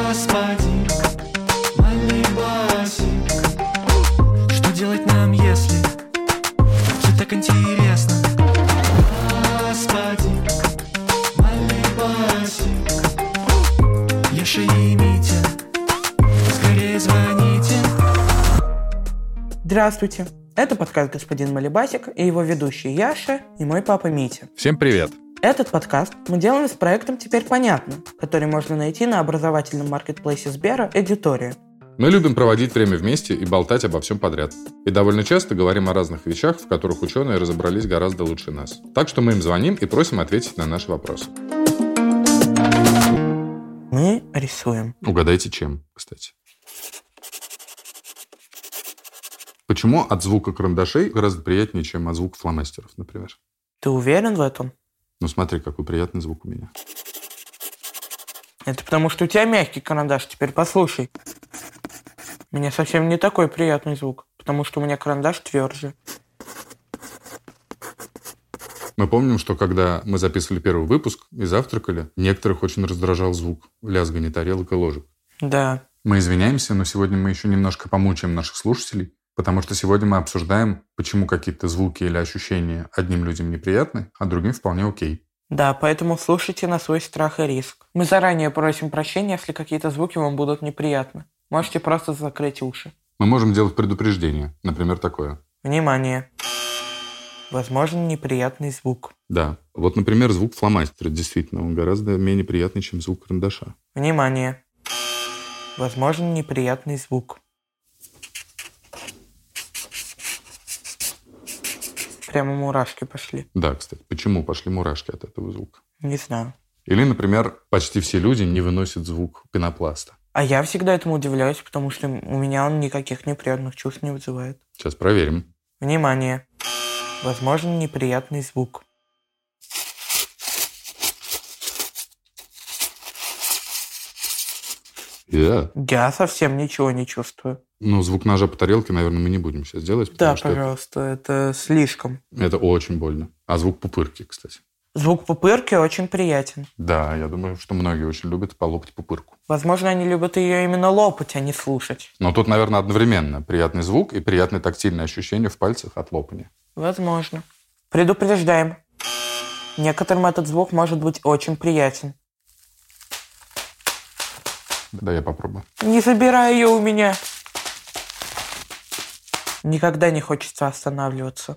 Господин Малибасик, что делать нам, если все так интересно? Господин Малибасик, Яша и Митя, скорее звоните. Здравствуйте, это подкаст «Господин Малибасик» и его ведущий Яша и мой папа Митя. Всем привет! Этот подкаст мы делаем с проектом «Теперь понятно», который можно найти на образовательном маркетплейсе Сбера «Эдитория». Мы любим проводить время вместе и болтать обо всем подряд. И довольно часто говорим о разных вещах, в которых ученые разобрались гораздо лучше нас. Так что мы им звоним и просим ответить на наши вопросы. Мы рисуем. Угадайте, чем, кстати. Почему от звука карандашей гораздо приятнее, чем от звука фломастеров, например? Ты уверен в этом? Ну смотри, какой приятный звук у меня. Это потому, что у тебя мягкий карандаш. Теперь послушай. У меня совсем не такой приятный звук, потому что у меня карандаш тверже. Мы помним, что когда мы записывали первый выпуск и завтракали, некоторых очень раздражал звук лязгания тарелок и ложек. Да. Мы извиняемся, но сегодня мы еще немножко помучаем наших слушателей, потому что сегодня мы обсуждаем, почему какие-то звуки или ощущения одним людям неприятны, а другим вполне окей. Да, поэтому слушайте на свой страх и риск. Мы заранее просим прощения, если какие-то звуки вам будут неприятны. Можете просто закрыть уши. Мы можем делать предупреждение, например, такое. Внимание! Возможен неприятный звук. Да. Вот, например, звук фломастера. Действительно, он гораздо менее приятный, чем звук карандаша. Внимание! Возможен неприятный звук. Прямо мурашки пошли. Да, кстати. Почему пошли мурашки от этого звука? Не знаю. Или, например, почти все люди не выносят звук пенопласта. А я всегда этому удивляюсь, потому что у меня он никаких неприятных чувств не вызывает. Сейчас проверим. Внимание! Возможен неприятный звук. Я совсем ничего не чувствую. Ну, звук ножа по тарелке, наверное, мы не будем сейчас делать. Да, пожалуйста, это слишком. Это очень больно. А звук пупырки, кстати. Звук пупырки очень приятен. Да, я думаю, что многие очень любят полопать пупырку. Возможно, они любят ее именно лопать, а не слушать. Но тут, наверное, одновременно приятный звук и приятное тактильное ощущение в пальцах от лопания. Возможно. Предупреждаем. Некоторым этот звук может быть очень приятен. Да, я попробую. Не забирай ее у меня. Никогда не хочется останавливаться.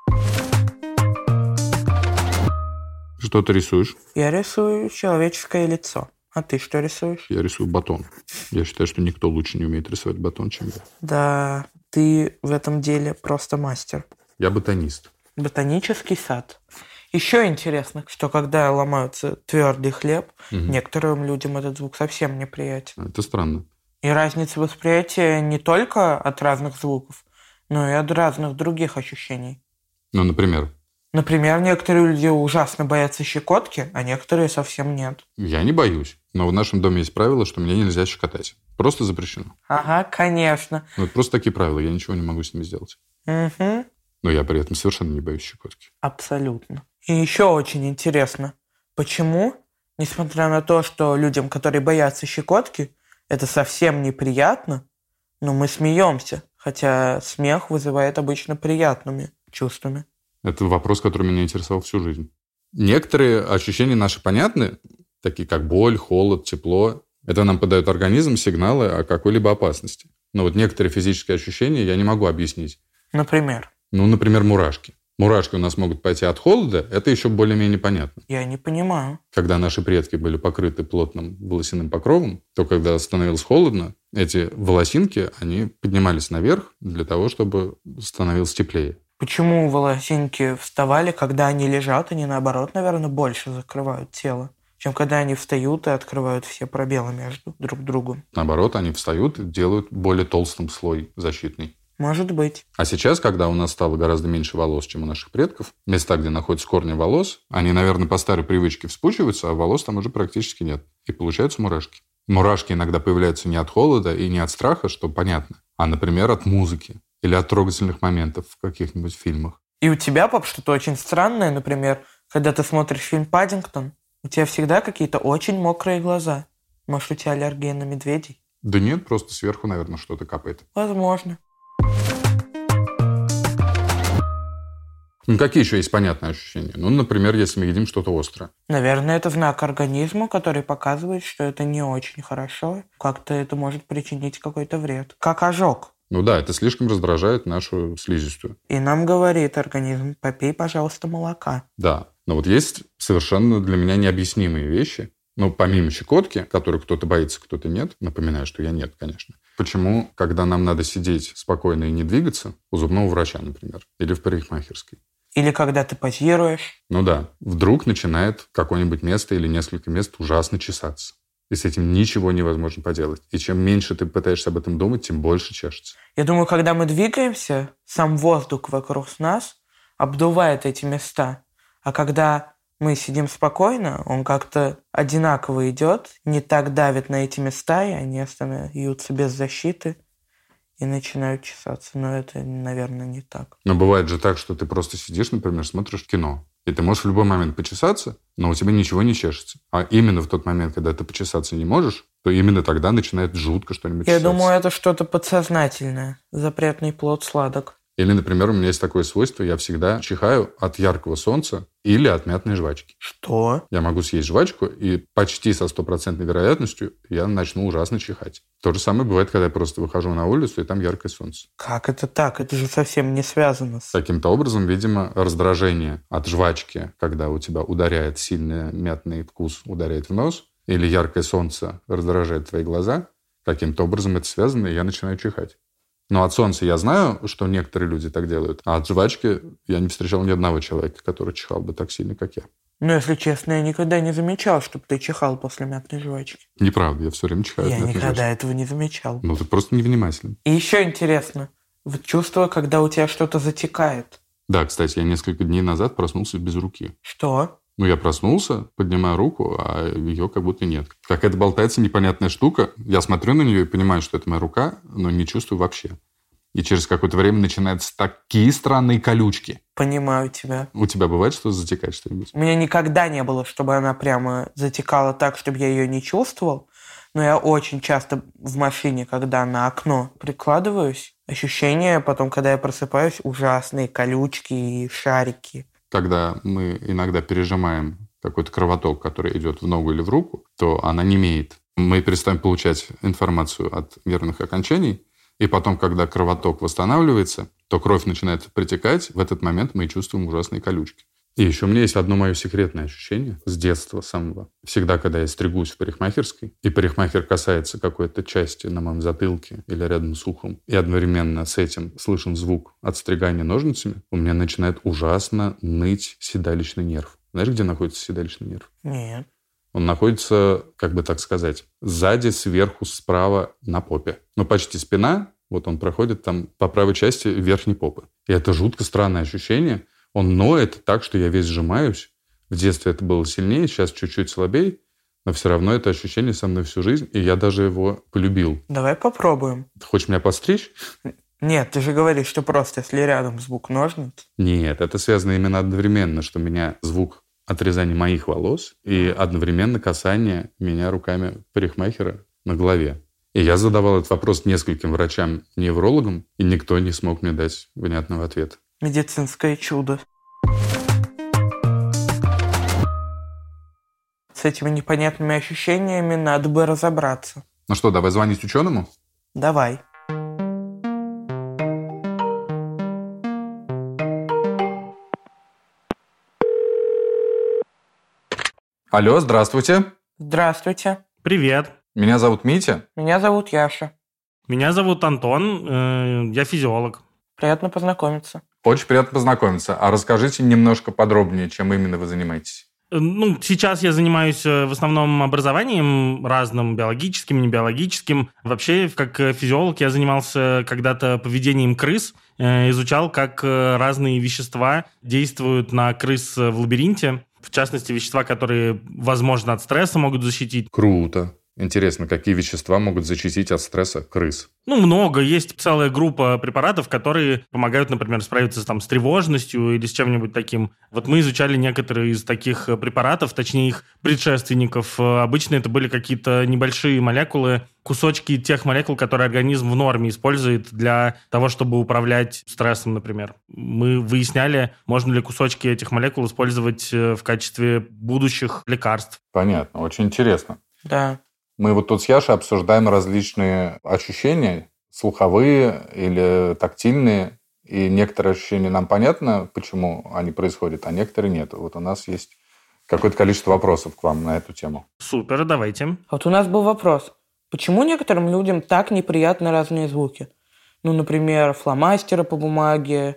Что ты рисуешь? Я рисую человеческое лицо. А ты что рисуешь? Я рисую батон. Я считаю, что никто лучше не умеет рисовать батон, чем я. Да, ты в этом деле просто мастер. Я ботанист. Ботанический сад. Еще интересно, что когда ломается твердый хлеб, некоторым людям этот звук совсем неприятен. Это странно. И разница восприятия не только от разных звуков, но и от разных других ощущений. Ну, например? Например, некоторые люди ужасно боятся щекотки, а некоторые совсем нет. Я не боюсь. Но в нашем доме есть правило, что меня нельзя щекотать. Просто запрещено. Ага, конечно. Ну, это просто такие правила. Я ничего не могу с ними сделать. Угу. Но я при этом совершенно не боюсь щекотки. Абсолютно. И еще очень интересно, почему, несмотря на то, что людям, которые боятся щекотки, это совсем неприятно, но мы смеемся, хотя смех вызывает обычно приятными чувствами. Это вопрос, который меня интересовал всю жизнь. Некоторые ощущения наши понятны, такие как боль, холод, тепло. Это нам подает организм сигналы о какой-либо опасности. Но вот некоторые физические ощущения я не могу объяснить. Например? Ну, например, мурашки. Мурашки у нас могут пойти от холода, это еще более-менее понятно. Я не понимаю. Когда наши предки были покрыты плотным волосяным покровом, то когда становилось холодно, эти волосинки, они поднимались наверх для того, чтобы становилось теплее. Почему волосинки вставали, когда они лежат, они, наоборот, наверное, больше закрывают тело, чем когда они встают и открывают все пробелы между друг другом? Наоборот, они встают и делают более толстым слой защитный. Может быть. А сейчас, когда у нас стало гораздо меньше волос, чем у наших предков, места, где находятся корни волос, они, наверное, по старой привычке вспучиваются, а волос там уже практически нет. И получаются мурашки. Мурашки иногда появляются не от холода и не от страха, что понятно, а, например, от музыки или от трогательных моментов в каких-нибудь фильмах. И у тебя, пап, что-то очень странное, например, когда ты смотришь фильм «Паддингтон», у тебя всегда какие-то очень мокрые глаза. Может, у тебя аллергия на медведей? Да нет, просто сверху, наверное, что-то капает. Возможно. Ну, какие еще есть понятные ощущения? Ну, например, если мы едим что-то острое. Наверное, это знак организму, который показывает, что это не очень хорошо. Как-то это может причинить какой-то вред. Как ожог. Ну да, это слишком раздражает нашу слизистую. И нам говорит организм: попей, пожалуйста, молока. Да, но вот есть совершенно для меня необъяснимые вещи. Ну, помимо щекотки, которую кто-то боится, кто-то нет. Напоминаю, что я нет, конечно. Почему, когда нам надо сидеть спокойно и не двигаться, у зубного врача, например, или в парикмахерской, Или когда ты позируешь. ну да, вдруг начинает какое-нибудь место или несколько мест ужасно чесаться. И с этим ничего невозможно поделать. И чем меньше ты пытаешься об этом думать, тем больше чешется. Я думаю, когда мы двигаемся, сам воздух вокруг нас обдувает эти места. А когда мы сидим спокойно, он как-то одинаково идет, не так давит на эти места, и они остаются без защиты и начинают чесаться. Но это, наверное, не так. Но бывает же так, что ты просто сидишь, например, смотришь кино. И ты можешь в любой момент почесаться, но у тебя ничего не чешется. А именно в тот момент, когда ты почесаться не можешь, то именно тогда начинает жутко что-нибудь Я чесаться. думаю, это что-то подсознательное. Запретный плод сладок. Или, например, у меня есть такое свойство, я всегда чихаю от яркого солнца или от мятной жвачки. Что? Я могу съесть жвачку, и почти со 100% вероятностью я начну ужасно чихать. То же самое бывает, когда я просто выхожу на улицу, и там яркое солнце. Как это так? Это же совсем не связано с... Таким-то образом, видимо, раздражение от жвачки, когда у тебя ударяет сильный мятный вкус, ударяет в нос, или яркое солнце раздражает твои глаза, каким-то образом это связано, и я начинаю чихать. Но от солнца я знаю, что некоторые люди так делают, а от жвачки я не встречал ни одного человека, который чихал бы так сильно, как я. Но, если честно, я никогда не замечал, чтобы ты чихал после мятной жвачки. Неправда, я все время чихаю от Я мятной никогда жвачки. этого не замечал. Ну, ты просто невнимателен. И еще интересно, вот чувство, когда у тебя что-то затекает. Да, кстати, я несколько дней назад проснулся без руки. Что? Ну, я проснулся, поднимаю руку, а ее как будто нет. Какая-то болтается непонятная штука. Я смотрю на нее и понимаю, что это моя рука, но не чувствую вообще. И через какое-то время начинаются такие странные колючки. Понимаю тебя. У тебя бывает, что затекает что-нибудь? У меня никогда не было, чтобы она прямо затекала так, чтобы я ее не чувствовал. Но я очень часто в машине, когда на окно прикладываюсь, ощущения потом, когда я просыпаюсь, ужасные колючки и шарики. Когда мы иногда пережимаем какой-то кровоток, который идет в ногу или в руку, то она немеет. Мы перестаем получать информацию от нервных окончаний, и потом, когда кровоток восстанавливается, то кровь начинает притекать, в этот момент мы чувствуем ужасные колючки. И еще у меня есть одно мое секретное ощущение с детства самого. Всегда, когда я стригусь в парикмахерской, и парикмахер касается какой-то части на моем затылке или рядом с ухом, и одновременно с этим слышен звук отстригания ножницами, у меня начинает ужасно ныть седалищный нерв. Знаешь, где находится седалищный нерв? Нет. Он находится, как бы так сказать, сзади, сверху, справа на попе. Ну, почти спина, вот он проходит там по правой части верхней попы. И это жутко странное ощущение. Он ноет так, что я весь сжимаюсь. В детстве это было сильнее, сейчас чуть-чуть слабее, но все равно это ощущение со мной всю жизнь, и я даже его полюбил. Давай попробуем. Ты хочешь меня подстричь? Нет, ты же говоришь, что просто если рядом звук ножниц. Нет, это связано именно одновременно, что у меня звук отрезания моих волос и одновременно касание меня руками парикмахера на голове. И я задавал этот вопрос нескольким врачам-неврологам, и никто не смог мне дать внятного ответа. Медицинское чудо. С этими непонятными ощущениями надо бы разобраться. Ну что, давай звонить ученому? Давай. Алло, здравствуйте. Здравствуйте. Привет. Меня зовут Митя. Меня зовут Яша. Меня зовут Антон, я физиолог. Приятно познакомиться. Очень приятно познакомиться. А расскажите немножко подробнее, чем именно вы занимаетесь. Ну, сейчас я занимаюсь в основном образованием разным, биологическим, небиологическим. Вообще, как физиолог, я занимался когда-то поведением крыс, изучал, как разные вещества действуют на крыс в лабиринте. В частности, вещества, которые, возможно, от стресса могут защитить. Круто. Интересно, какие вещества могут защитить от стресса крыс? Много. Есть целая группа препаратов, которые помогают, например, справиться с тревожностью или с чем-нибудь таким. Вот мы изучали некоторые из таких препаратов, точнее их предшественников. Обычно это были какие-то небольшие молекулы, кусочки тех молекул, которые организм в норме использует для того, чтобы управлять стрессом, например. Мы выясняли, можно ли кусочки этих молекул использовать в качестве будущих лекарств. Понятно, очень интересно. Да. Мы вот тут с Яшей обсуждаем различные ощущения, слуховые или тактильные, и некоторые ощущения нам понятно, почему они происходят, а некоторые нет. Вот у нас есть какое-то количество вопросов к вам на эту тему. Супер, давайте. А вот у нас был вопрос. Почему некоторым людям так неприятны разные звуки? Например, фломастеры по бумаге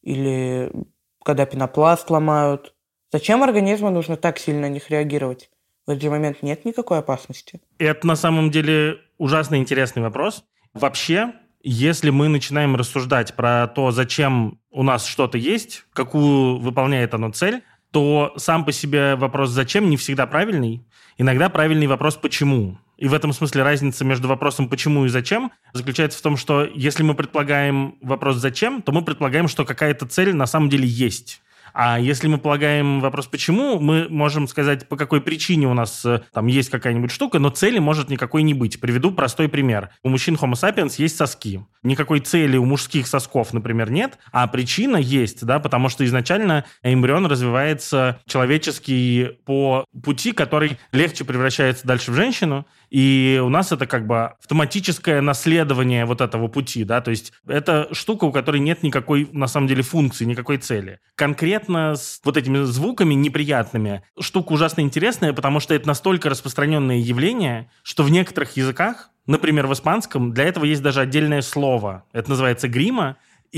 или когда пенопласт ломают. Зачем организму нужно так сильно на них реагировать? В этот момент нет никакой опасности. Это на самом деле ужасно интересный вопрос. Вообще, если мы начинаем рассуждать про то, зачем у нас что-то есть, какую выполняет оно цель, то сам по себе вопрос «зачем» не всегда правильный. Иногда правильный вопрос «почему?». И в этом смысле разница между вопросом «почему» и «зачем» заключается в том, что если мы предполагаем вопрос «зачем?», то мы предполагаем, что какая-то цель на самом деле есть. А если мы полагаем вопрос «почему?», мы можем сказать, по какой причине у нас там есть какая-нибудь штука, но цели может никакой не быть. Приведу простой пример. У мужчин Homo sapiens есть соски. Никакой цели у мужских сосков, например, нет, а причина есть, да, потому что изначально эмбрион развивается человеческий по пути, который легче превращается дальше в женщину, и у нас это как бы автоматическое наследование вот этого пути, да, то есть это штука, у которой нет никакой, на самом деле, функции, никакой цели. Конкретно с вот этими звуками неприятными штука ужасно интересная, потому что это настолько распространенное явление, что в некоторых языках, например, в испанском, для этого есть даже отдельное слово. Это называется грима.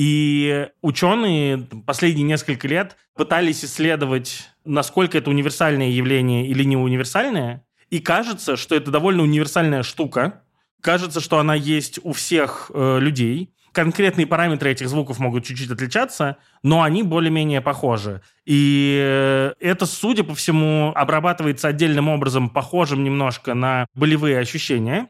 И ученые последние несколько лет пытались исследовать, насколько это универсальное явление или не универсальное. И кажется, что это довольно универсальная штука. Кажется, что она есть у всех людей. Конкретные параметры этих звуков могут чуть-чуть отличаться, но они более-менее похожи. И это, судя по всему, обрабатывается отдельным образом, похожим немножко на болевые ощущения.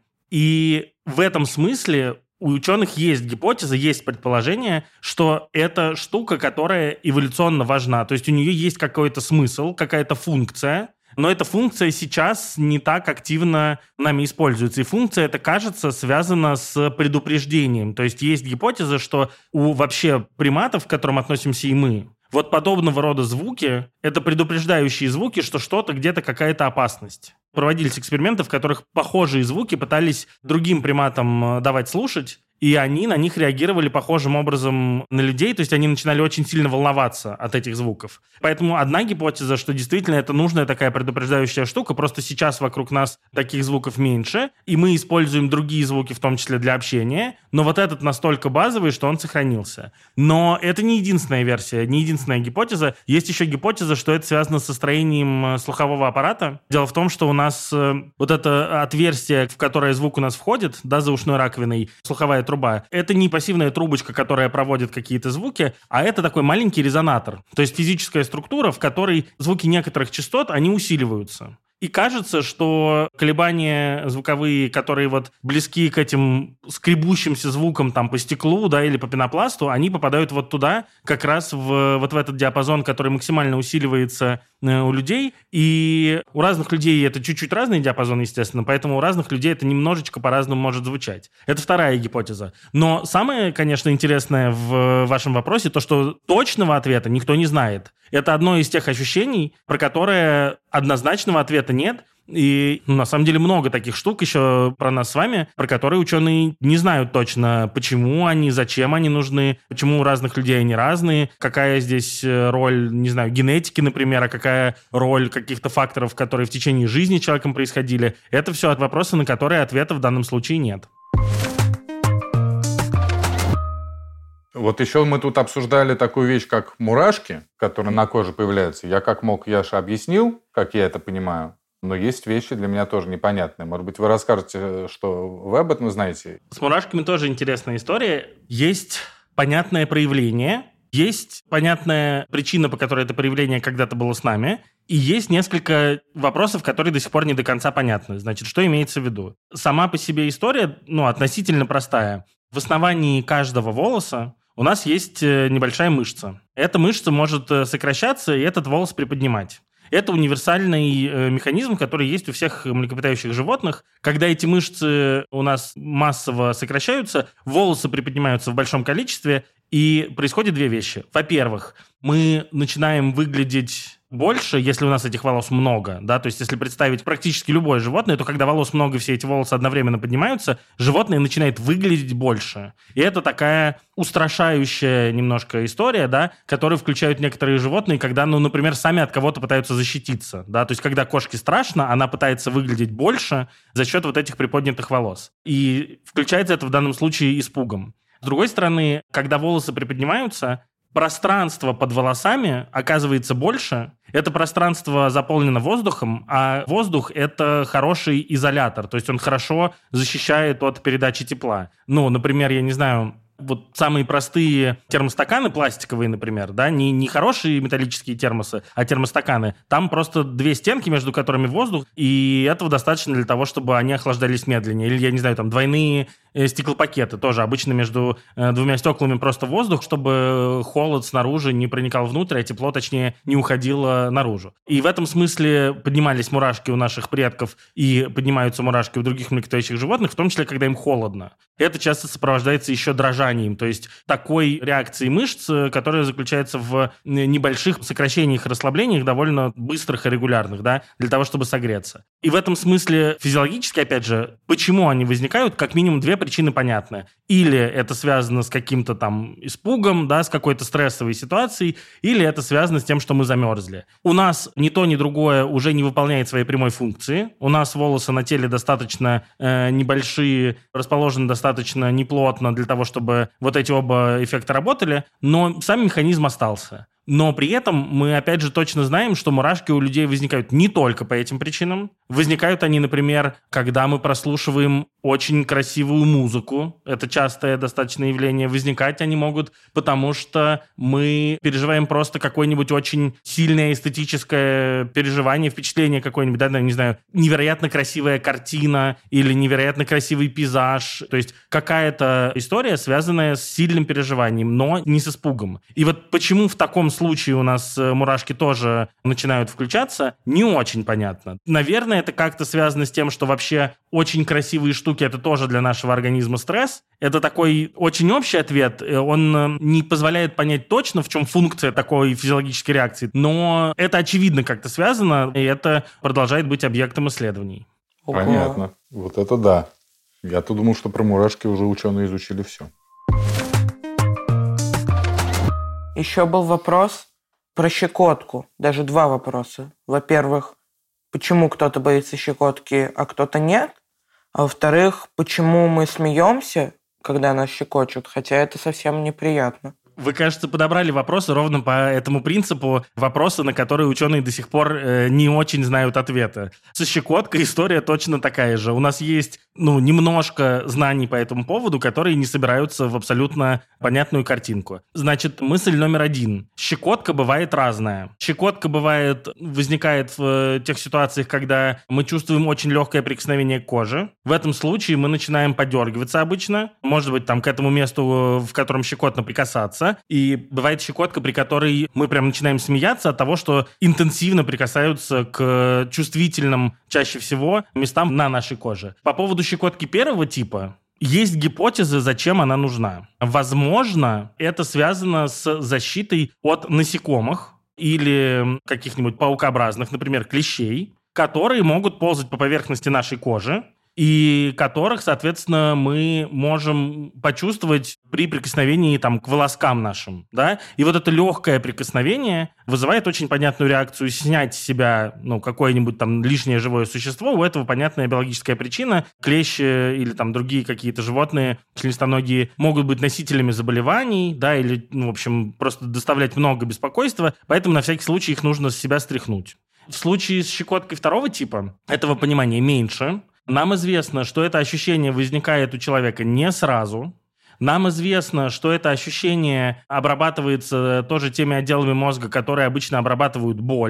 И в этом смысле у ученых есть гипотеза, есть предположение, что это штука, которая эволюционно важна. То есть у нее есть какой-то смысл, какая-то функция, но эта функция сейчас не так активно нами используется. И функция эта, кажется, связана с предупреждением. То есть есть гипотеза, что у вообще приматов, к которым относимся и мы, вот подобного рода звуки – это предупреждающие звуки, что что-то где-то какая-то опасность. Проводились эксперименты, в которых похожие звуки пытались другим приматам давать слушать, и они на них реагировали похожим образом на людей, то есть они начинали очень сильно волноваться от этих звуков. Поэтому одна гипотеза, что действительно это нужная такая предупреждающая штука, просто сейчас вокруг нас таких звуков меньше, и мы используем другие звуки, в том числе для общения, но вот этот настолько базовый, что он сохранился. Но это не единственная версия, не единственная гипотеза. Есть еще гипотеза, что это связано с строением слухового аппарата. Дело в том, что у нас вот это отверстие, в которое звук у нас входит, да, за ушной раковиной, слуховая труба, это не пассивная трубочка, которая проводит какие-то звуки, а это такой маленький резонатор. То есть физическая структура, в которой звуки некоторых частот, они усиливаются. И кажется, что колебания звуковые, которые вот близки к этим скребущимся звукам там по стеклу, да, или по пенопласту, они попадают вот туда, как раз вот в этот диапазон, который максимально усиливается у людей. И у разных людей это чуть-чуть разный диапазон, естественно, поэтому у разных людей это немножечко по-разному может звучать. Это вторая гипотеза. Но самое, конечно, интересное в вашем вопросе, то, что точного ответа никто не знает. Это одно из тех ощущений, про которое однозначного ответа нет. И на самом деле много таких штук еще про нас с вами, про которые ученые не знают точно, почему они, зачем они нужны, почему у разных людей они разные, какая здесь роль, не знаю, генетики, например, а какая роль каких-то факторов, которые в течение жизни с человеком происходили. Это все вопросы, на которые ответа в данном случае нет. Вот еще мы тут обсуждали такую вещь, как мурашки, которые на коже появляются. Я как мог, Яша, объяснил, как я это понимаю. Но есть вещи для меня тоже непонятные. Может быть, вы расскажете, что вы об этом знаете? С мурашками тоже интересная история. Есть понятное проявление, есть понятная причина, по которой это проявление когда-то было с нами, И есть несколько вопросов, которые до сих пор не до конца понятны. Значит, что имеется в виду? Сама по себе история, относительно простая. В основании каждого волоса у нас есть небольшая мышца. Эта мышца может сокращаться и этот волос приподнимать. Это универсальный механизм, который есть у всех млекопитающих животных. Когда эти мышцы у нас массово сокращаются, волосы приподнимаются в большом количестве, и происходят две вещи. Во-первых, мы начинаем выглядеть больше, если у нас этих волос много, да, то есть если представить практически любое животное, то когда волос много, все эти волосы одновременно поднимаются, животное начинает выглядеть больше. И это такая устрашающая немножко история, да, которую включают некоторые животные, когда, например, сами от кого-то пытаются защититься, да, то есть когда кошке страшно, она пытается выглядеть больше за счет вот этих приподнятых волос. И включается это в данном случае испугом. С другой стороны, когда волосы приподнимаются, пространство под волосами оказывается больше. Это пространство заполнено воздухом, а воздух – это хороший изолятор, то есть он хорошо защищает от передачи тепла. Например, я не знаю, вот самые простые термостаканы пластиковые, например, да, не хорошие металлические термосы, а термостаканы. Там просто две стенки, между которыми воздух, и этого достаточно для того, чтобы они охлаждались медленнее. Или, я не знаю, там двойные стеклопакеты тоже. Обычно между двумя стеклами просто воздух, чтобы холод снаружи не проникал внутрь, а тепло, точнее, не уходило наружу. И в этом смысле поднимались мурашки у наших предков и поднимаются мурашки у других млекопитающих животных, в том числе, когда им холодно. Это часто сопровождается еще дрожанием, то есть такой реакцией мышц, которая заключается в небольших сокращениях и расслаблениях, довольно быстрых и регулярных, да, для того, чтобы согреться. И в этом смысле физиологически, опять же, почему они возникают, как минимум две причины понятны. Или это связано с каким-то там испугом, да, с какой-то стрессовой ситуацией, или это связано с тем, что мы замерзли. У нас ни то, ни другое уже не выполняет своей прямой функции. У нас волосы на теле достаточно небольшие, расположены достаточно неплотно для того, чтобы вот эти оба эффекта работали, но сам механизм остался. Но при этом мы, опять же, точно знаем, что мурашки у людей возникают не только по этим причинам. Возникают они, например, когда мы прослушиваем очень красивую музыку. Это частое достаточно явление. Возникать они могут, потому что мы переживаем просто какое-нибудь очень сильное эстетическое переживание, впечатление какое-нибудь, да, не знаю, невероятно красивая картина или невероятно красивый пейзаж. То есть какая-то история, связанная с сильным переживанием, но не с испугом. И вот почему в таком случае у нас мурашки тоже начинают включаться, не очень понятно. Наверное, это как-то связано с тем, что вообще очень красивые штуки – это тоже для нашего организма стресс. Это такой очень общий ответ. Он не позволяет понять точно, в чем функция такой физиологической реакции, но это очевидно как-то связано, и это продолжает быть объектом исследований. Понятно. Вот это да. Я-то думал, что про мурашки уже ученые изучили все. Еще был вопрос про щекотку. Даже два вопроса. Во-первых, почему кто-то боится щекотки, а кто-то нет? А во-вторых, почему мы смеемся, когда нас щекочут, хотя это совсем неприятно? Вы, кажется, подобрали вопросы ровно по этому принципу, вопросы, на которые ученые до сих пор не очень знают ответа. Со щекоткой история точно такая же. У нас есть, немножко знаний по этому поводу, которые не собираются в абсолютно понятную картинку. Значит, мысль номер один. Щекотка бывает разная. Щекотка возникает в тех ситуациях, когда мы чувствуем очень легкое прикосновение к коже. В этом случае мы начинаем подергиваться обычно. Может быть, там к этому месту, в котором щекотно, прикасаться. И бывает щекотка, при которой мы прям начинаем смеяться от того, что интенсивно прикасаются к чувствительным, чаще всего, местам на нашей коже. По поводу щекотки первого типа есть гипотезы, зачем она нужна. Возможно, это связано с защитой от насекомых или каких-нибудь паукообразных, например, клещей, которые могут ползать по поверхности нашей кожи, и которых, соответственно, мы можем почувствовать при прикосновении к волоскам нашим, да? И вот это легкое прикосновение вызывает очень понятную реакцию снять с себя, какое-нибудь лишнее живое существо. У этого понятная биологическая причина. Клещи или другие какие-то животные, членистоногие, могут быть носителями заболеваний, да, или, просто доставлять много беспокойства, поэтому на всякий случай их нужно с себя стряхнуть. В случае с щекоткой второго типа этого понимания меньше. Нам известно, что это ощущение возникает у человека не сразу. Нам известно, что это ощущение обрабатывается тоже теми отделами мозга, которые обычно обрабатывают боль.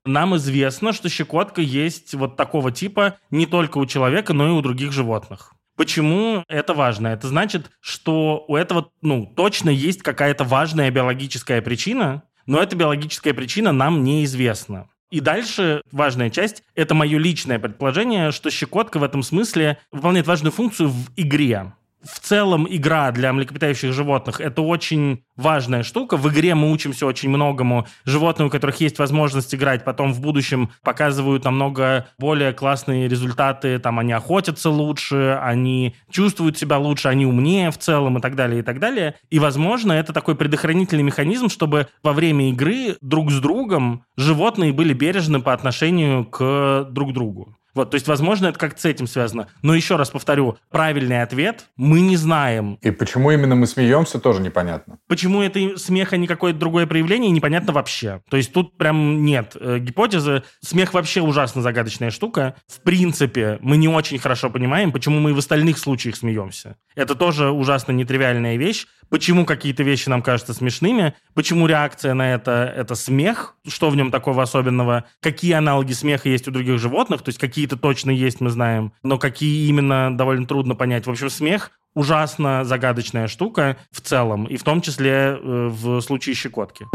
нам известно, что щекотка есть вот такого типа не только у человека, но и у других животных. Почему это важно? Это значит, что у этого точно есть какая-то важная биологическая причина, но эта биологическая причина нам неизвестна. И дальше важная часть – это мое личное предположение, что щекотка в этом смысле выполняет важную функцию в игре. В целом игра для млекопитающих животных – это очень важная штука. В игре мы учимся очень многому. Животные, у которых есть возможность играть, потом в будущем показывают намного более классные результаты. Там они охотятся лучше, они чувствуют себя лучше, они умнее в целом и так далее, и так далее. И, возможно, это такой предохранительный механизм, чтобы во время игры друг с другом животные были бережны по отношению к друг другу. Вот, то есть, возможно, это как-то с этим связано. Но еще раз повторю, правильный ответ мы не знаем. И почему именно мы смеемся, тоже непонятно. Почему это смех, а не какое-то другое проявление, непонятно вообще. То есть тут прям нет гипотезы. Смех вообще ужасно загадочная штука. В принципе, мы не очень хорошо понимаем, почему мы и в остальных случаях смеемся. Это тоже ужасно нетривиальная вещь. Почему какие-то вещи нам кажутся смешными, почему реакция на это смех, что в нем такого особенного, какие аналоги смеха есть у других животных, то есть какие-то точно есть, мы знаем, но какие именно довольно трудно понять. В общем, смех ужасно загадочная штука в целом, и в том числе в случае щекотки.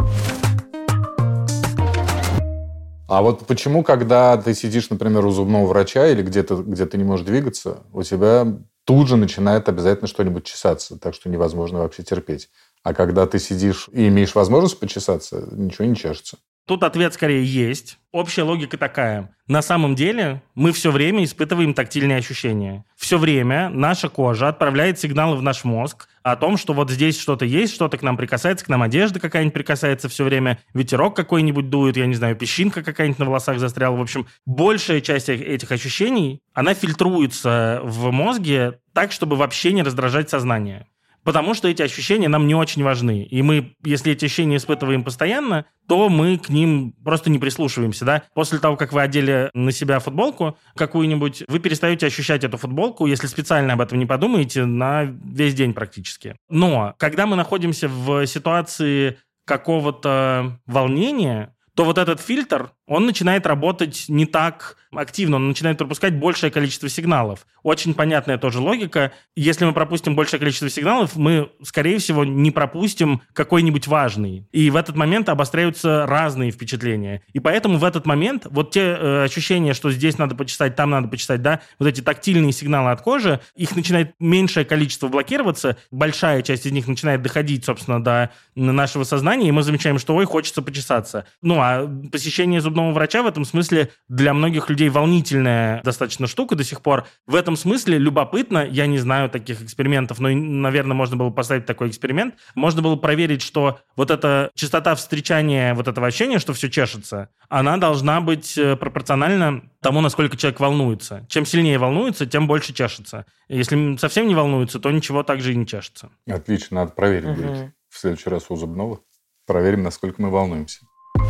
А вот почему, когда ты сидишь, например, у зубного врача или где-то, где ты не можешь двигаться, у тебя тут же начинает обязательно что-нибудь чесаться, так что невозможно вообще терпеть. А когда ты сидишь и имеешь возможность почесаться, ничего не чешется. Тут ответ скорее есть. Общая логика такая. На самом деле мы все время испытываем тактильные ощущения. Все время наша кожа отправляет сигналы в наш мозг о том, что вот здесь что-то есть, что-то к нам прикасается, к нам одежда какая-нибудь прикасается все время, ветерок какой-нибудь дует, я не знаю, песчинка какая-нибудь на волосах застряла. В общем, большая часть этих ощущений, она фильтруется в мозге так, чтобы вообще не раздражать сознание. Потому что эти ощущения нам не очень важны. И мы, если эти ощущения испытываем постоянно, то мы к ним просто не прислушиваемся. Да? После того, как вы одели на себя футболку какую-нибудь, вы перестаете ощущать эту футболку, если специально об этом не подумаете, на весь день практически. Но когда мы находимся в ситуации какого-то волнения, то вот этот фильтр, он начинает работать не так активно, он начинает пропускать большее количество сигналов. Очень понятная тоже логика. Если мы пропустим большее количество сигналов, мы, скорее всего, не пропустим какой-нибудь важный. И в этот момент обостряются разные впечатления. И поэтому в этот момент вот те ощущения, что здесь надо почесать, там надо почесать, да, вот эти тактильные сигналы от кожи, их начинает меньшее количество блокироваться, большая часть из них начинает доходить, собственно, до нашего сознания, и мы замечаем, что, ой, хочется почесаться. Ну, а посещение зубного врача в этом смысле для многих людей волнительная достаточно штука до сих пор. В этом смысле любопытно, я не знаю таких экспериментов, но, наверное, можно было поставить такой эксперимент, можно было проверить, что вот эта частота встречания вот этого ощущения, что все чешется, она должна быть пропорциональна тому, насколько человек волнуется. Чем сильнее волнуется, тем больше чешется. Если совсем не волнуется, то ничего так же и не чешется. Отлично, надо проверить будет в следующий раз у зубного. Проверим, насколько мы волнуемся.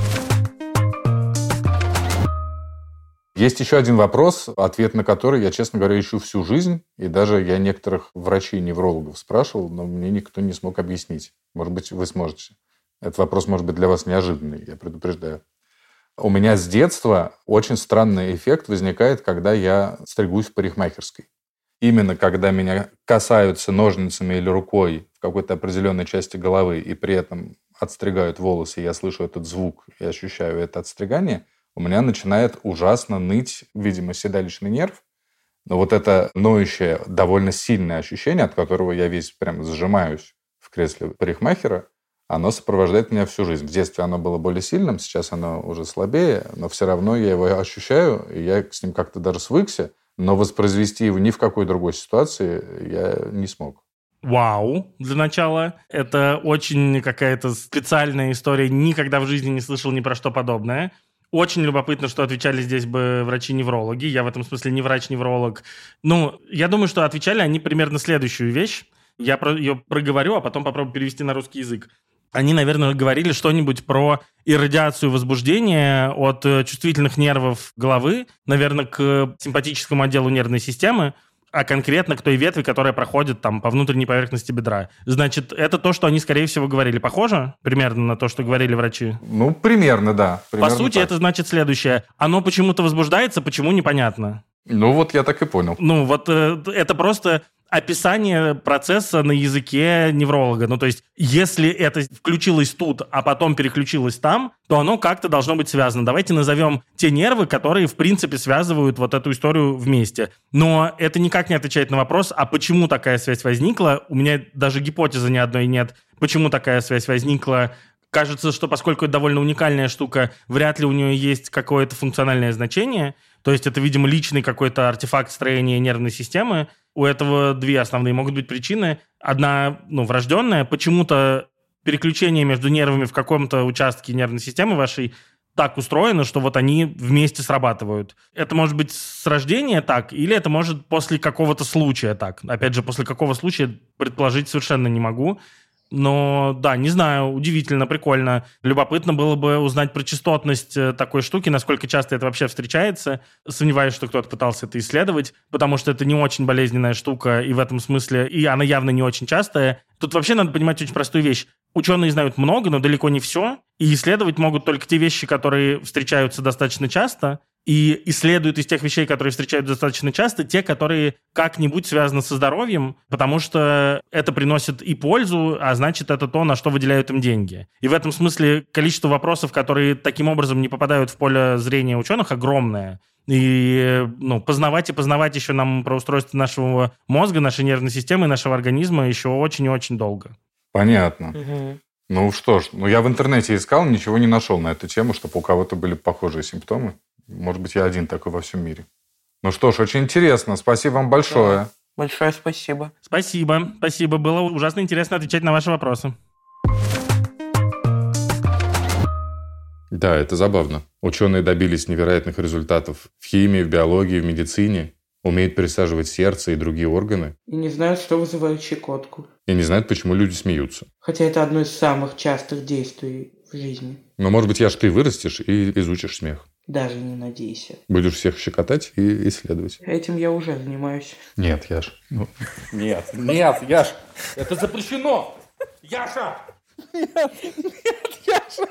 Есть еще один вопрос, ответ на который я, честно говоря, ищу всю жизнь. И даже я некоторых врачей-неврологов спрашивал, но мне никто не смог объяснить. Может быть, вы сможете. Этот вопрос может быть для вас неожиданный, я предупреждаю. У меня с детства очень странный эффект возникает, когда я стригусь в парикмахерской. Именно когда меня касаются ножницами или рукой в какой-то определенной части головы и при этом отстригают волосы, я слышу этот звук и ощущаю это отстригание, у меня начинает ужасно ныть, видимо, седалищный нерв. Но вот это ноющее, довольно сильное ощущение, от которого я весь прям сжимаюсь в кресле парикмахера, оно сопровождает меня всю жизнь. В детстве оно было более сильным, сейчас оно уже слабее, но все равно я его ощущаю, и я с ним как-то даже свыкся, но воспроизвести его ни в какой другой ситуации я не смог. Вау, для начала. Это очень какая-то специальная история. Никогда в жизни не слышал ни про что подобное. Очень любопытно, что отвечали здесь бы врачи-неврологи. Я в этом смысле не врач-невролог. Ну, я думаю, что отвечали они примерно следующую вещь. Я ее проговорю, а потом попробую перевести на русский язык. Они, наверное, говорили что-нибудь про иррадиацию возбуждения от чувствительных нервов головы, наверное, к симпатическому отделу нервной системы, а конкретно к той ветви, которая проходит там по внутренней поверхности бедра. Значит, это то, что они, скорее всего, говорили. Похоже примерно на то, что говорили врачи? Ну, примерно, да. Примерно по сути, так. это значит следующее. Оно почему-то возбуждается, почему непонятно. Ну, вот я так и понял. Ну, вот это просто описание процесса на языке невролога. Ну, то есть, если это включилось тут, а потом переключилось там, то оно как-то должно быть связано. Давайте назовем те нервы, которые, в принципе, связывают вот эту историю вместе. Но это никак не отвечает на вопрос, а почему такая связь возникла? У меня даже гипотезы ни одной нет. Почему такая связь возникла? Кажется, что поскольку это довольно уникальная штука, вряд ли у нее есть какое-то функциональное значение. То есть это, видимо, личный какой-то артефакт строения нервной системы. У этого две основные могут быть причины. Одна, врожденная. Почему-то переключение между нервами в каком-то участке нервной системы вашей так устроено, что вот они вместе срабатывают. Это может быть с рождения так, или это может после какого-то случая так. Опять же, после какого случая предположить совершенно не могу. Но, да, не знаю, удивительно, прикольно. Любопытно было бы узнать про частотность такой штуки, насколько часто это вообще встречается. Сомневаюсь, что кто-то пытался это исследовать, потому что это не очень болезненная штука, и в этом смысле, и она явно не очень частая. Тут вообще надо понимать очень простую вещь. Ученые знают много, но далеко не все, и исследовать могут только те вещи, которые встречаются достаточно часто, и исследуют из тех вещей, которые встречаются достаточно часто, те, которые как-нибудь связаны со здоровьем, потому что это приносит и пользу, а значит, это то, на что выделяют им деньги. И в этом смысле количество вопросов, которые таким образом не попадают в поле зрения ученых, огромное. И познавать еще нам про устройство нашего мозга, нашей нервной системы, нашего организма еще очень и очень долго. Понятно. Угу. Ну что ж, я в интернете искал, ничего не нашел на эту тему, чтобы у кого-то были похожие симптомы. Может быть, я один такой во всем мире. Ну что ж, очень интересно. Спасибо вам большое. Да. Большое спасибо. Спасибо. Было ужасно интересно отвечать на ваши вопросы. Да, это забавно. Ученые добились невероятных результатов в химии, в биологии, в медицине. Умеют пересаживать сердце и другие органы. И не знают, что вызывает щекотку. И не знают, почему люди смеются. Хотя это одно из самых частых действий в жизни. Но, может быть, Яш, ты вырастешь и изучишь смех. Даже не надейся. Будешь всех щекотать и исследовать. Этим я уже занимаюсь. Нет, Яш. Нет, Яш, это запрещено! Яша! Нет, Яша!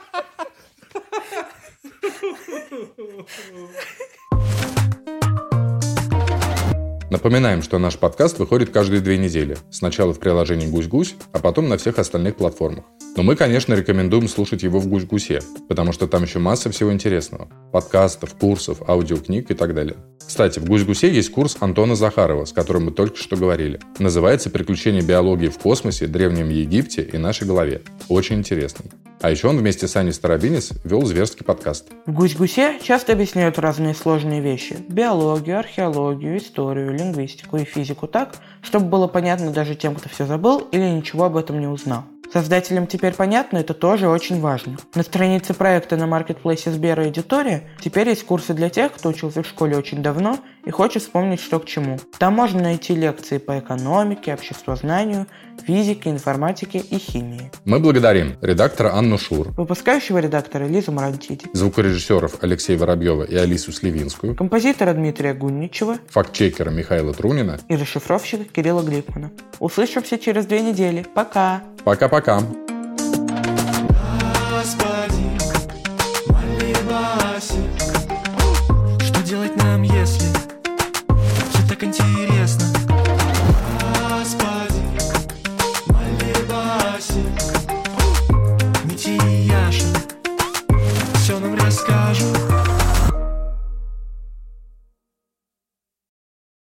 Напоминаем, что наш подкаст выходит каждые 2 недели. Сначала в приложении «Гусь-Гусь», а потом на всех остальных платформах. Но мы, конечно, рекомендуем слушать его в «Гусь-Гусе», потому что там еще масса всего интересного. Подкастов, курсов, аудиокниг и так далее. Кстати, в «Гусь-Гусе» есть курс Антона Захарова, с которым мы только что говорили. Называется «Приключения биологии в космосе, Древнем Египте и нашей голове». Очень интересный. А еще он вместе с Аней Старобинец вел зверский подкаст. В «Гусь-Гусе» часто объясняют разные сложные вещи. Биологию, археологию, историю, лингвистику и физику так, чтобы было понятно даже тем, кто все забыл или ничего об этом не узнал. Создателям теперь понятно, это тоже очень важно. На странице проекта на маркетплейсе Сбера Эдитория теперь есть курсы для тех, кто учился в школе очень давно и хочет вспомнить, что к чему. Там можно найти лекции по экономике, обществознанию, физике, информатике и химии. Мы благодарим редактора Анну Шур, Выпускающего редактора Лизу Марантиди, звукорежиссеров Алексея Воробьева и Алису Сливинскую, композитора Дмитрия Гунничева, фактчекера Михаила Трунина и расшифровщика Кирилла Гликмана. Услышимся через 2 недели. Пока! Пока-пока!